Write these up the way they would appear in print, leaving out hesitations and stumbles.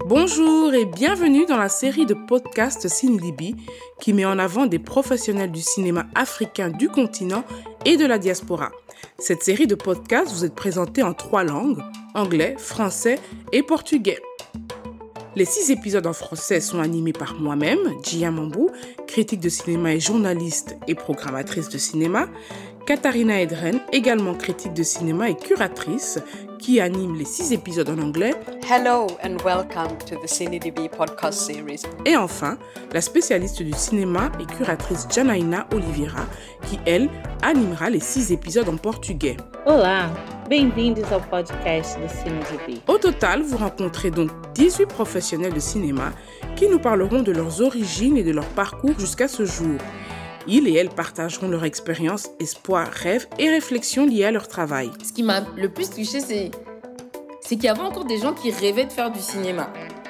Bonjour et bienvenue dans la série de podcasts CinéDB qui met en avant des professionnels du cinéma africain du continent et de la diaspora. Cette série de podcasts vous est présentée en 3 langues, anglais, français et portugais. Les 6 épisodes en français sont animés par moi-même, Gia Mambou, critique de cinéma et journaliste et programmatrice de cinéma, Katharina Edren, également critique de cinéma et curatrice, qui anime les 6 épisodes en anglais. Hello and welcome to the CinéDB podcast series. Et enfin, la spécialiste du cinéma et curatrice Janaína Oliveira, qui, elle, animera les 6 épisodes en portugais. Olá, bem-vindos ao podcast do CinéDB. Au total, vous rencontrez donc 18 professionnels de cinéma qui nous parleront de leurs origines et de leur parcours jusqu'à ce jour. Ils et elles partageront leur expérience, espoirs, rêves et réflexions liées à leur travail. Ce qui m'a le plus touchée, c'est qu'il y avait encore des gens qui rêvaient de faire du cinéma.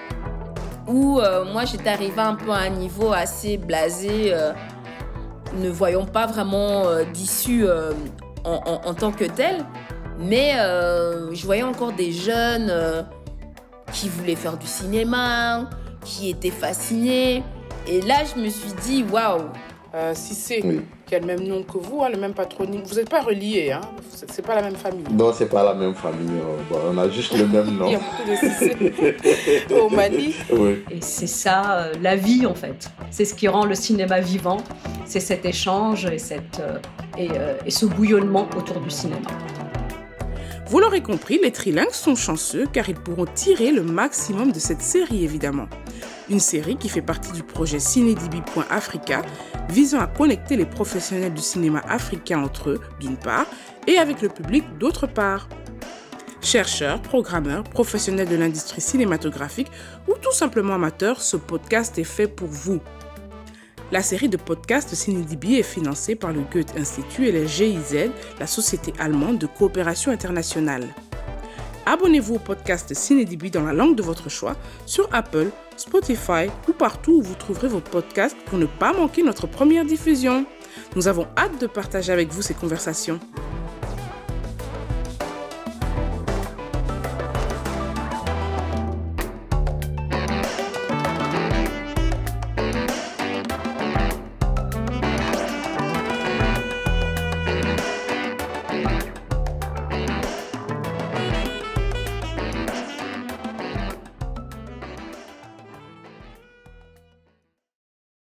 Où moi, j'étais arrivée un peu à un niveau assez blasé, ne voyant pas vraiment d'issue en tant que tel. Mais je voyais encore des jeunes qui voulaient faire du cinéma, qui étaient fascinés. Et là, je me suis dit, waouh! Cissé, qui a le même nom que vous, le même patronyme. Vous n'êtes pas reliés, hein? C'est pas la même famille. Non, c'est pas la même famille. On a juste le même nom. Il y a beaucoup de Cissé au Mali. Oui. Et c'est ça, la vie en fait. C'est ce qui rend le cinéma vivant. C'est cet échange et ce bouillonnement autour du cinéma. Vous l'aurez compris, les trilingues sont chanceux car ils pourront tirer le maximum de cette série évidemment. Une série qui fait partie du projet CinéDB.Africa, visant à connecter les professionnels du cinéma africain entre eux, d'une part, et avec le public, d'autre part. Chercheurs, programmeurs, professionnels de l'industrie cinématographique ou tout simplement amateurs, ce podcast est fait pour vous. La série de podcasts CinéDB est financée par le Goethe Institut et la GIZ, la société allemande de coopération internationale. Abonnez-vous au podcast CinéDB dans la langue de votre choix sur Apple, Spotify ou partout où vous trouverez vos podcasts pour ne pas manquer notre première diffusion. Nous avons hâte de partager avec vous ces conversations.